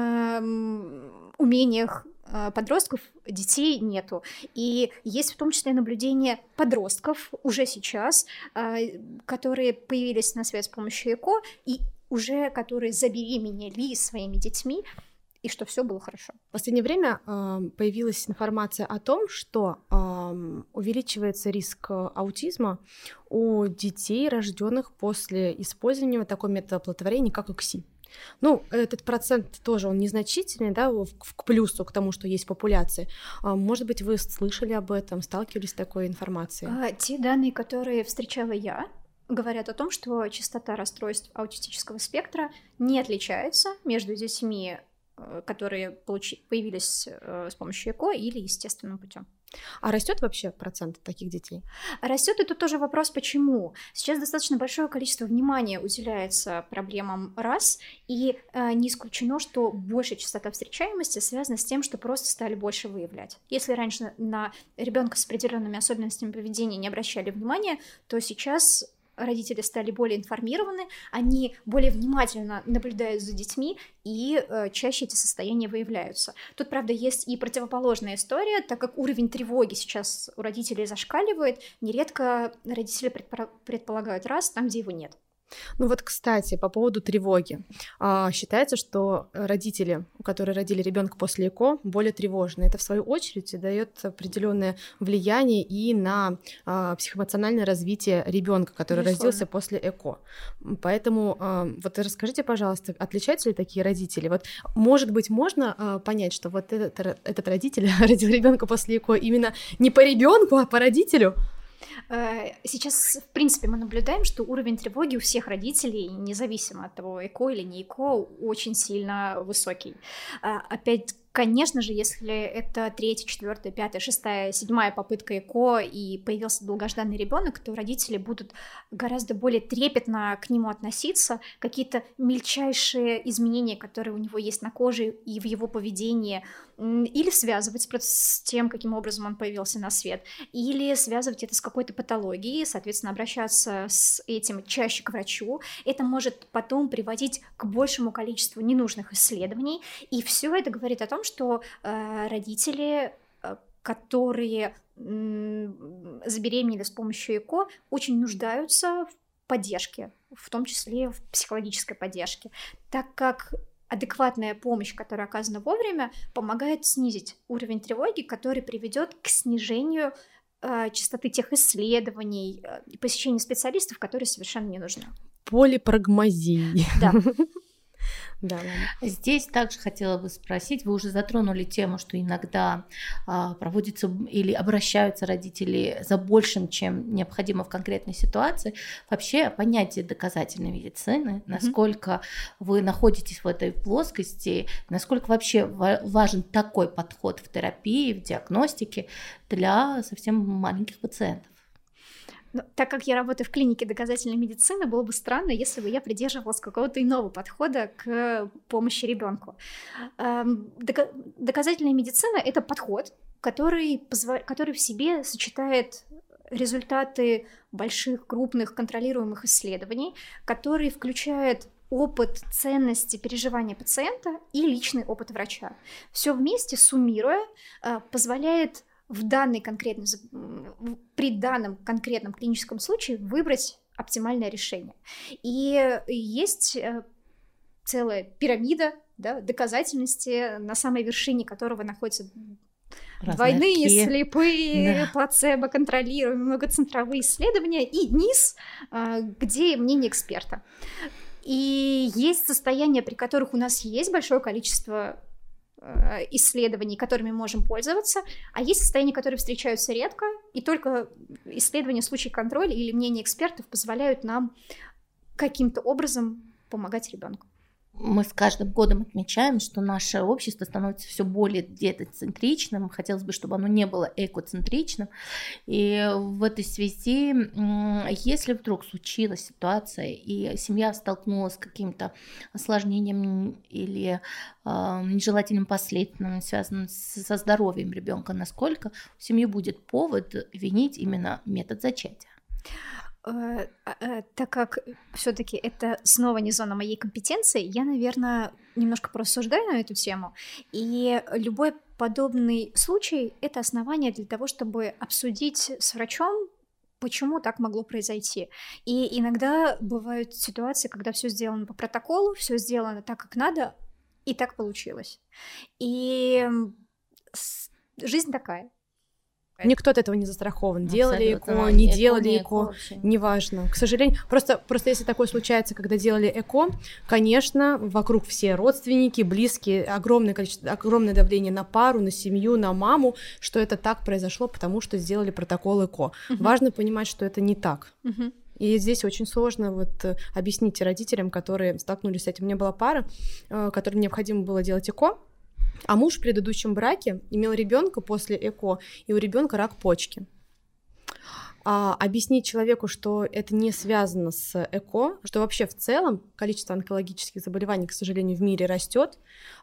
S1: умениях подростков, детей нету. И есть в том числе наблюдение подростков уже сейчас, которые появились на свет с помощью ЭКО, и уже которые забеременели своими детьми, и что все было хорошо.
S3: В последнее время появилась информация о том, что увеличивается риск аутизма у детей, рожденных после использования такого метода оплодотворения, как ИКСИ. Ну, этот процент тоже, он незначительный, да, к плюсу, к тому, что есть популяции. Может быть, вы слышали об этом, сталкивались с такой информацией?
S1: Те данные, которые встречала я, говорят о том, что частота расстройств аутистического спектра не отличается между детьми, которые появились с помощью ЭКО или естественным путем.
S3: А растет вообще процент таких детей?
S1: Растет, это тоже вопрос, почему. Сейчас достаточно большое количество внимания уделяется проблемам РАС, и не исключено, что большая частота встречаемости связана с тем, что просто стали больше выявлять. Если раньше на ребенка с определенными особенностями поведения не обращали внимания, то сейчас родители стали более информированы, они более внимательно наблюдают за детьми, и чаще эти состояния выявляются. Тут, правда, есть и противоположная история, так как уровень тревоги сейчас у родителей зашкаливает, нередко родители предполагают РАС там, где его нет.
S3: Ну вот, кстати, по поводу тревоги. Считается, что родители, которые родили ребенка после ЭКО, более тревожны. Это, в свою очередь, дает определенное влияние и на психоэмоциональное развитие ребенка, который родился после ЭКО. Поэтому вот расскажите, пожалуйста, отличаются ли такие родители? Вот, может быть, можно понять, что вот этот родитель родил ребенка после ЭКО именно не по ребенку, а по родителю?
S1: Сейчас, в принципе, мы наблюдаем, что уровень тревоги у всех родителей, независимо от того, ЭКО или не ЭКО, очень сильно высокий. Опять, конечно же, если это 3-я, 4-я, 5-я, 6-я, 7-я попытка ЭКО и появился долгожданный ребенок, то родители будут гораздо более трепетно к нему относиться. Какие-то мельчайшие изменения, которые у него есть на коже и в его поведении, или связывать с тем, каким образом он появился на свет, или связывать это с какой-то патологией, соответственно, обращаться с этим чаще к врачу. Это может потом приводить к большему количеству ненужных исследований, и все это говорит о том, что родители, которые забеременели с помощью ЭКО, очень нуждаются в поддержке, в том числе в психологической поддержке, так как адекватная помощь, которая оказана вовремя, помогает снизить уровень тревоги, который приведет к снижению частоты тех исследований и посещения специалистов, которые совершенно не нужны.
S3: Полипрагмазии.
S1: Да.
S3: Да,
S2: здесь также хотела бы спросить, вы уже затронули тему, что иногда проводятся или обращаются родители за большим, чем необходимо в конкретной ситуации. Вообще понятие доказательной медицины, насколько вы находитесь в этой плоскости, насколько вообще важен такой подход в терапии, в диагностике для совсем маленьких пациентов?
S1: Так как я работаю в клинике доказательной медицины, было бы странно, если бы я придерживалась какого-то иного подхода к помощи ребенку. Доказательная медицина — это подход, который в себе сочетает результаты больших, крупных, контролируемых исследований, который включает опыт, ценности, переживания пациента и личный опыт врача. Все вместе, суммируя, позволяет при данном конкретном клиническом случае выбрать оптимальное решение. И есть целая пирамида, да, доказательности, на самой вершине которого находятся двойные, слепые, плацебо, контролируемые, многоцентровые исследования, и низ, где мнение эксперта. И есть состояния, при которых у нас есть большое количество исследований, которыми можем пользоваться, а есть состояния, которые встречаются редко, и только исследования, случай контроля или мнение экспертов позволяют нам каким-то образом помогать ребенку.
S2: Мы с каждым годом отмечаем, что наше общество становится все более детоцентричным. Хотелось бы, чтобы оно не было экоцентричным. И в этой связи, если вдруг случилась ситуация, и семья столкнулась с каким-то осложнением или нежелательным последствием, связанным со здоровьем ребенка, насколько у семьи будет повод винить именно метод зачатия?
S1: Так как все-таки это снова не зона моей компетенции, я, наверное, немножко порассуждаю на эту тему. И любой подобный случай — это основание для того, чтобы обсудить с врачом, почему так могло произойти. И иногда бывают ситуации, когда все сделано по протоколу, все сделано так, как надо, и так получилось. И жизнь такая.
S3: Никто от этого не застрахован. Делали ЭКО, не делали ЭКО, неважно. К сожалению, просто если такое случается, когда делали ЭКО, конечно, вокруг все родственники, близкие, огромное давление на пару, на семью, на маму, что это так произошло, потому что сделали протокол ЭКО. Важно понимать, что это не так. И здесь очень сложно объяснить родителям, которые столкнулись с этим. У меня была пара, которым необходимо было делать ЭКО, а муж в предыдущем браке имел ребенка после ЭКО, и у ребенка рак почки. Объяснить человеку, что это не связано с ЭКО, что вообще в целом количество онкологических заболеваний, к сожалению, в мире растет,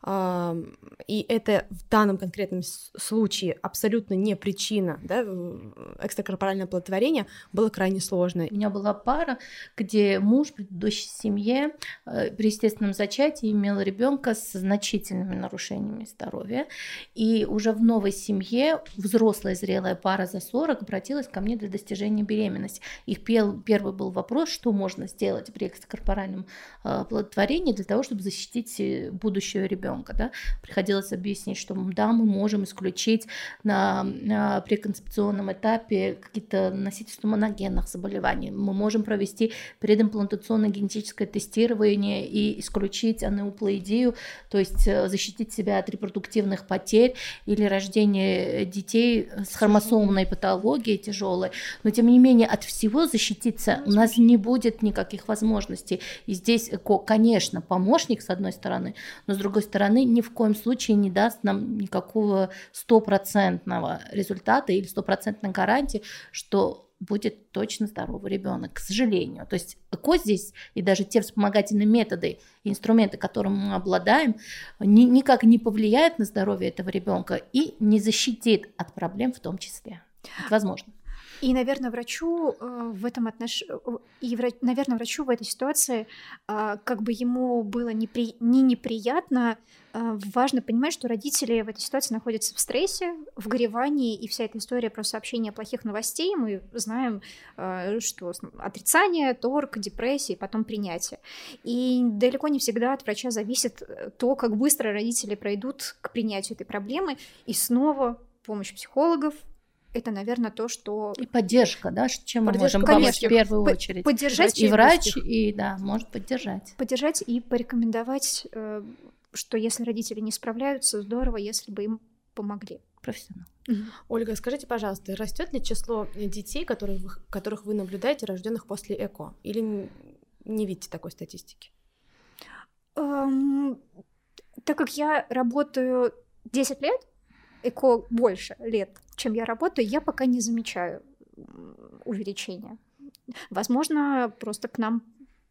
S3: и это в данном конкретном случае абсолютно не причина, да, экстракорпорального оплодотворения, было крайне сложно.
S2: У меня была пара, где муж в предыдущей семье при естественном зачатии имел ребенка с значительными нарушениями здоровья, и уже в новой семье взрослая зрелая пара за 40 обратилась ко мне для достижения беременности. Их первый был вопрос, что можно сделать при экстракорпоральном оплодотворении для того, чтобы защитить будущего ребенка. Да? Приходилось объяснить, что да, мы можем исключить на преконцепционном этапе какие-то носительства моногенных заболеваний. Мы можем провести предимплантационное генетическое тестирование и исключить анеуплоидию, то есть защитить себя от репродуктивных потерь или рождения детей с хромосомной патологией тяжелой. Но, тем не менее, от всего защититься у нас не будет никаких возможностей. И здесь ЭКО, конечно, помощник, с одной стороны, но, с другой стороны, ни в коем случае не даст нам никакого стопроцентного результата или стопроцентной гарантии, что будет точно здоровый ребенок, к сожалению. То есть ЭКО здесь и даже те вспомогательные методы и инструменты, которыми мы обладаем, никак не повлияют на здоровье этого ребенка и не защитит от проблем в том числе. Это возможно.
S1: И, наверное, врачу в этой ситуации, как бы ему было не неприятно, важно понимать, что родители в этой ситуации находятся в стрессе, в горевании, и вся эта история про сообщение плохих новостей, мы знаем, что отрицание, торг, депрессия, потом принятие. И далеко не всегда от врача зависит то, как быстро родители пройдут к принятию этой проблемы, и снова помощь психологов. Это, наверное, то, что...
S2: И поддержка, да, чем мы можем помочь в первую очередь.
S1: Поддержать
S2: и врач, и, да, может поддержать.
S1: Поддержать и порекомендовать, что если родители не справляются, здорово, если бы им помогли.
S2: Профессионал.
S3: Ольга, скажите, пожалуйста, растет ли число детей, которых вы наблюдаете, рожденных после ЭКО? Или не видите такой статистики?
S1: Так как я работаю 10 лет, ЭКО больше лет, чем я работаю, я пока не замечаю увеличение. Возможно, просто к нам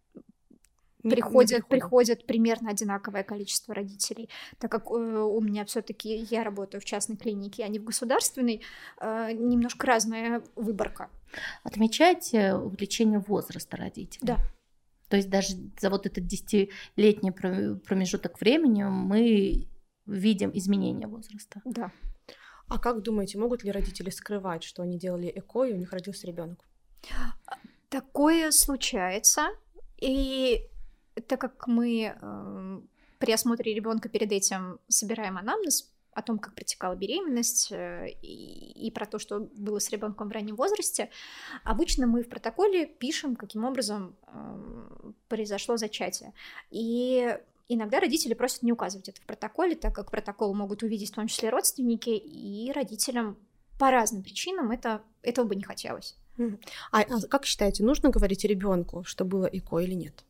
S1: приходят примерно одинаковое количество родителей. Так как у меня все-таки я работаю в частной клинике, а не в государственной, немножко разная выборка.
S2: Отмечаете увеличение возраста родителей?
S1: Да.
S2: То есть даже за вот этот 10-летний промежуток времени мы видим изменение возраста?
S1: Да.
S3: А как думаете, могут ли родители скрывать, что они делали ЭКО, и у них родился ребенок?
S1: Такое случается. И так как мы при осмотре ребенка перед этим собираем анамнез о том, как протекала беременность и про то, что было с ребенком в раннем возрасте, обычно мы в протоколе пишем, каким образом произошло зачатие. И иногда родители просят не указывать это в протоколе, так как протокол могут увидеть в том числе родственники, и родителям по разным причинам этого бы не хотелось.
S3: А как считаете, нужно говорить ребенку, что было ЭКО или нет?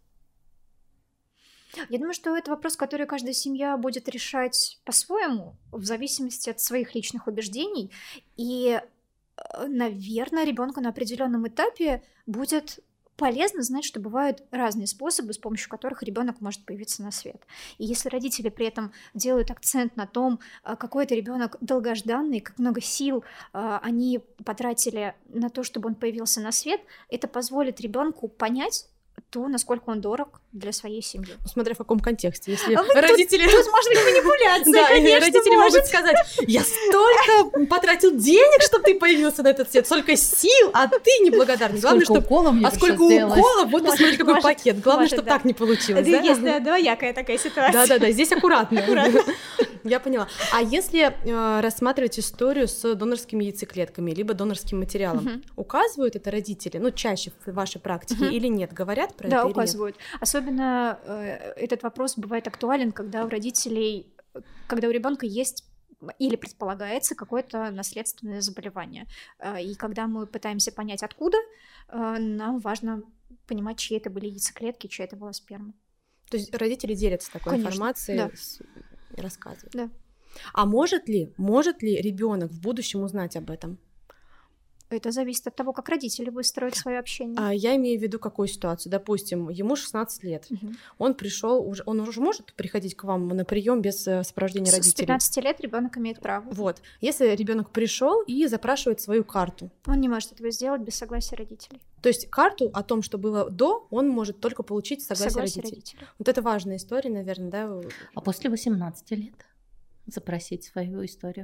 S1: Я думаю, что это вопрос, который каждая семья будет решать по-своему, в зависимости от своих личных убеждений. И, наверное, ребенку на определенном этапе будет полезно знать, что бывают разные способы, с помощью которых ребенок может появиться на свет. И если родители при этом делают акцент на том, какой это ребенок долгожданный, как много сил они потратили на то, чтобы он появился на свет, это позволит ребенку понять то, насколько он дорог для своей семьи.
S3: Смотря в каком контексте. Если родители...
S1: Тут может быть манипуляция,
S3: да,
S1: конечно,
S3: родители могут сказать: я столько потратил денег, чтобы ты появился на этот свет, столько сил, а ты неблагодарный. Главное,
S2: сколько уколов мне
S3: сколько уколов, вот посмотри, какой пакет. Главное, чтобы так не получилось.
S1: Да, есть двоякая такая ситуация.
S3: Да, здесь аккуратно. Я поняла. А если рассматривать историю с донорскими яйцеклетками, либо донорским материалом, указывают это родители, чаще в вашей практике или нет? Говорят про это или нет?
S1: Да, указывают. Особенно этот вопрос бывает актуален, когда у родителей, когда у ребенка есть или предполагается какое-то наследственное заболевание. И когда мы пытаемся понять, откуда, нам важно понимать, чьи это были яйцеклетки, чья это была сперма.
S3: То есть родители делятся такой информацией,
S1: да.
S3: И рассказывают.
S1: Да.
S3: А может ли ребенок в будущем узнать об этом?
S1: Это зависит от того, как родители выстроят свое общение.
S3: Я имею в виду какую ситуацию. Допустим, ему 16 лет. Он пришел, он уже может приходить к вам на прием без сопровождения родителей?
S1: С 15 лет ребенок имеет право.
S3: Вот. Если ребенок пришел и запрашивает свою карту.
S1: Он не может этого сделать без согласия родителей.
S3: То есть карту о том, что было до, он может только получить согласие родителей. Вот это важная история, наверное, да?
S2: А после 18 лет запросить свою историю?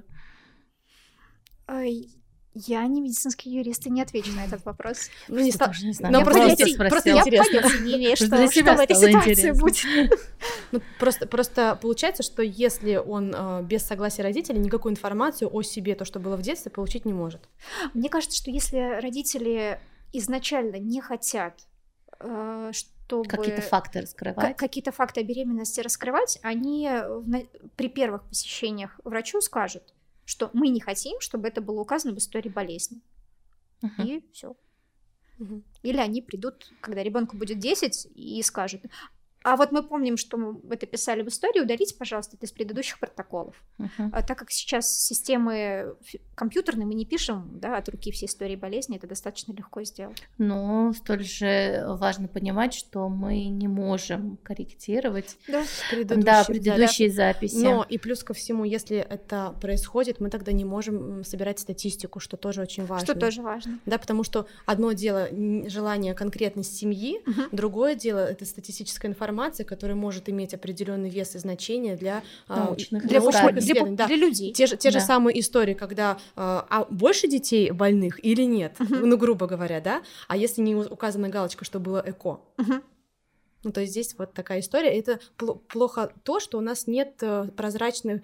S1: Я не медицинский юрист и не отвечу на этот вопрос.
S2: Не знаю.
S3: Но просто интересно.
S1: Я понятия не имею, что в этой ситуации будет.
S3: Просто получается, что если он без согласия родителей никакую информацию о себе, то, что было в детстве, получить не может.
S1: Мне кажется, что если родители изначально не хотят, чтобы
S2: какие-то факты раскрывать,
S1: какие-то факты о беременности раскрывать, они при первых посещениях врачу скажут, что мы не хотим, чтобы это было указано в истории болезни. И все. Или они придут, когда ребенку будет 10, и скажут: а вот мы помним, что мы это писали в истории, удалите, пожалуйста, это из предыдущих протоколов. Так как сейчас системы компьютерные, мы не пишем от руки все истории болезни, это достаточно легко сделать.
S2: Но столь же важно понимать, что мы не можем корректировать предыдущие записи.
S3: Но и плюс ко всему, если это происходит, мы тогда не можем собирать статистику, что тоже очень важно. Да, потому что одно дело желание конкретной семьи, другое дело это статистическая информация, которая может иметь определенный вес и значение для научных исследований.
S1: Для людей.
S3: Те же самые истории, когда больше детей больных или нет, грубо говоря, да? А если не указана галочка, что было ЭКО? То есть здесь вот такая история. Это плохо то, что у нас нет прозрачной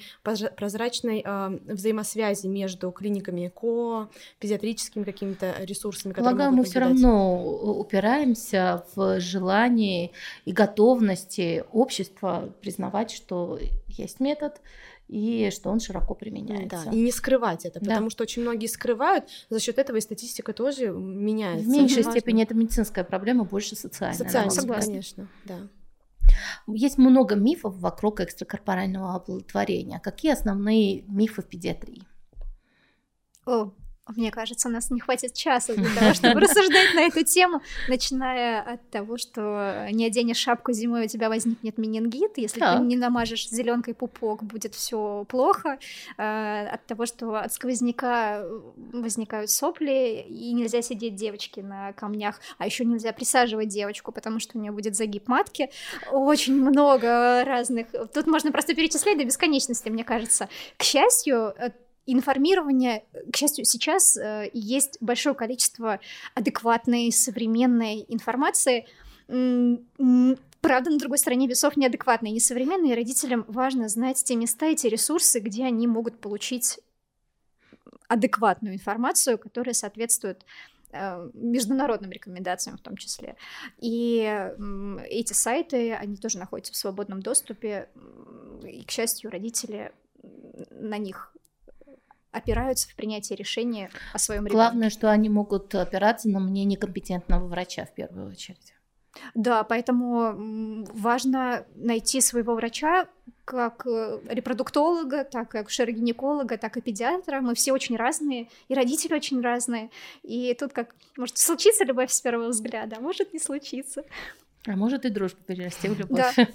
S3: взаимосвязи между клиниками ЭКО, педиатрическими какими-то ресурсами, которые
S2: Полагаю, мы все равно упираемся в желании и готовности общества признавать, что есть метод, и что он широко применяется.
S3: Да, и не скрывать это, потому что очень многие скрывают, за счет этого и статистика тоже меняется.
S2: В меньшей степени это медицинская проблема, больше социальная.
S3: Социальная, конечно, да.
S2: Есть много мифов вокруг экстракорпорального оплодотворения. Какие основные мифы в педиатрии?
S1: Мне кажется, у нас не хватит часа для того, чтобы рассуждать на эту тему, начиная от того, что не оденешь шапку зимой, у тебя возникнет менингит, если ты не намажешь зеленкой пупок, будет все плохо, от того, что от сквозняка возникают сопли, и нельзя сидеть девочке на камнях, а еще нельзя присаживать девочку, потому что у нее будет загиб матки. Очень много разных... Тут можно просто перечислять до бесконечности, мне кажется. К счастью, информирование, к счастью, сейчас есть большое количество адекватной, современной информации. Правда, на другой стороне весов неадекватной, несовременной. Родителям важно знать те места и те ресурсы, где они могут получить адекватную информацию, которая соответствует международным рекомендациям в том числе. И эти сайты, они тоже находятся в свободном доступе, и, к счастью, родители на них опираются в принятии решения о своем ребенке.
S2: Главное, что они могут опираться на мнение компетентного врача в первую очередь.
S1: Да, поэтому важно найти своего врача, как репродуктолога, так и акушера-гинеколога, так и педиатра. Мы все очень разные, и родители очень разные. И тут как может случиться любовь с первого взгляда, а может не случиться.
S2: А может и дружба перерасти в любовь.
S1: Да.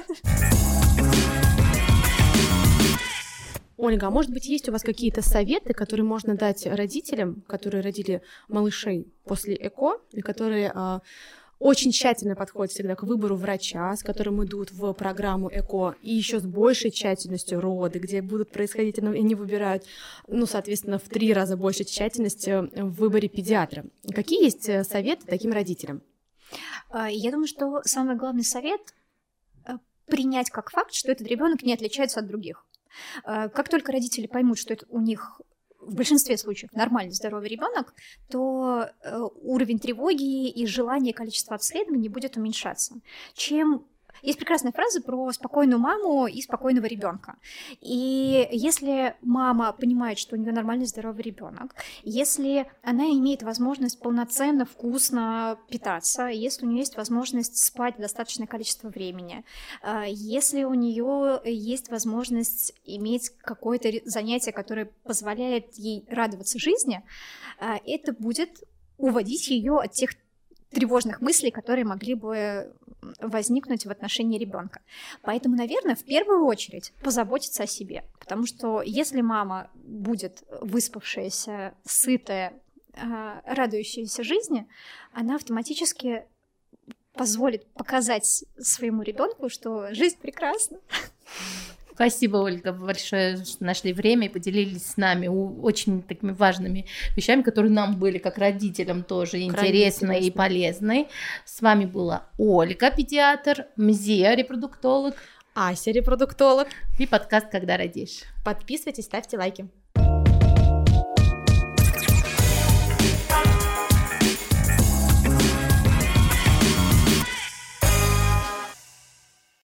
S3: Ольга, а может быть, есть у вас какие-то советы, которые можно дать родителям, которые родили малышей после ЭКО, и которые очень тщательно подходят всегда к выбору врача, с которым идут в программу ЭКО, и еще с большей тщательностью роды, где будут происходить, и они выбирают, соответственно, в 3 раза большей тщательности в выборе педиатра. Какие есть советы таким родителям?
S1: Я думаю, что самый главный совет — принять как факт, что этот ребенок не отличается от других. Как только родители поймут, что это у них в большинстве случаев нормальный здоровый ребенок, то уровень тревоги и желание, количество обследований будет уменьшаться. Есть прекрасная фраза про спокойную маму и спокойного ребенка. И если мама понимает, что у нее нормальный здоровый ребенок, если она имеет возможность полноценно, вкусно питаться, если у нее есть возможность спать достаточное количество времени, если у нее есть возможность иметь какое-то занятие, которое позволяет ей радоваться жизни, это будет уводить ее от тех тревожных мыслей, которые могли бы возникнуть в отношении ребенка. Поэтому, наверное, в первую очередь позаботиться о себе. Потому что если мама будет выспавшаяся, сытая, радующаяся жизни, она автоматически позволит показать своему ребенку, что жизнь прекрасна.
S2: Спасибо, Ольга, большое, что нашли время и поделились с нами очень такими важными вещами, которые нам были, как родителям, тоже интересны и полезны. С вами была Ольга, педиатр, Мзия, репродуктолог,
S3: Ася, репродуктолог,
S2: и подкаст «Когда родишь».
S3: Подписывайтесь, ставьте лайки.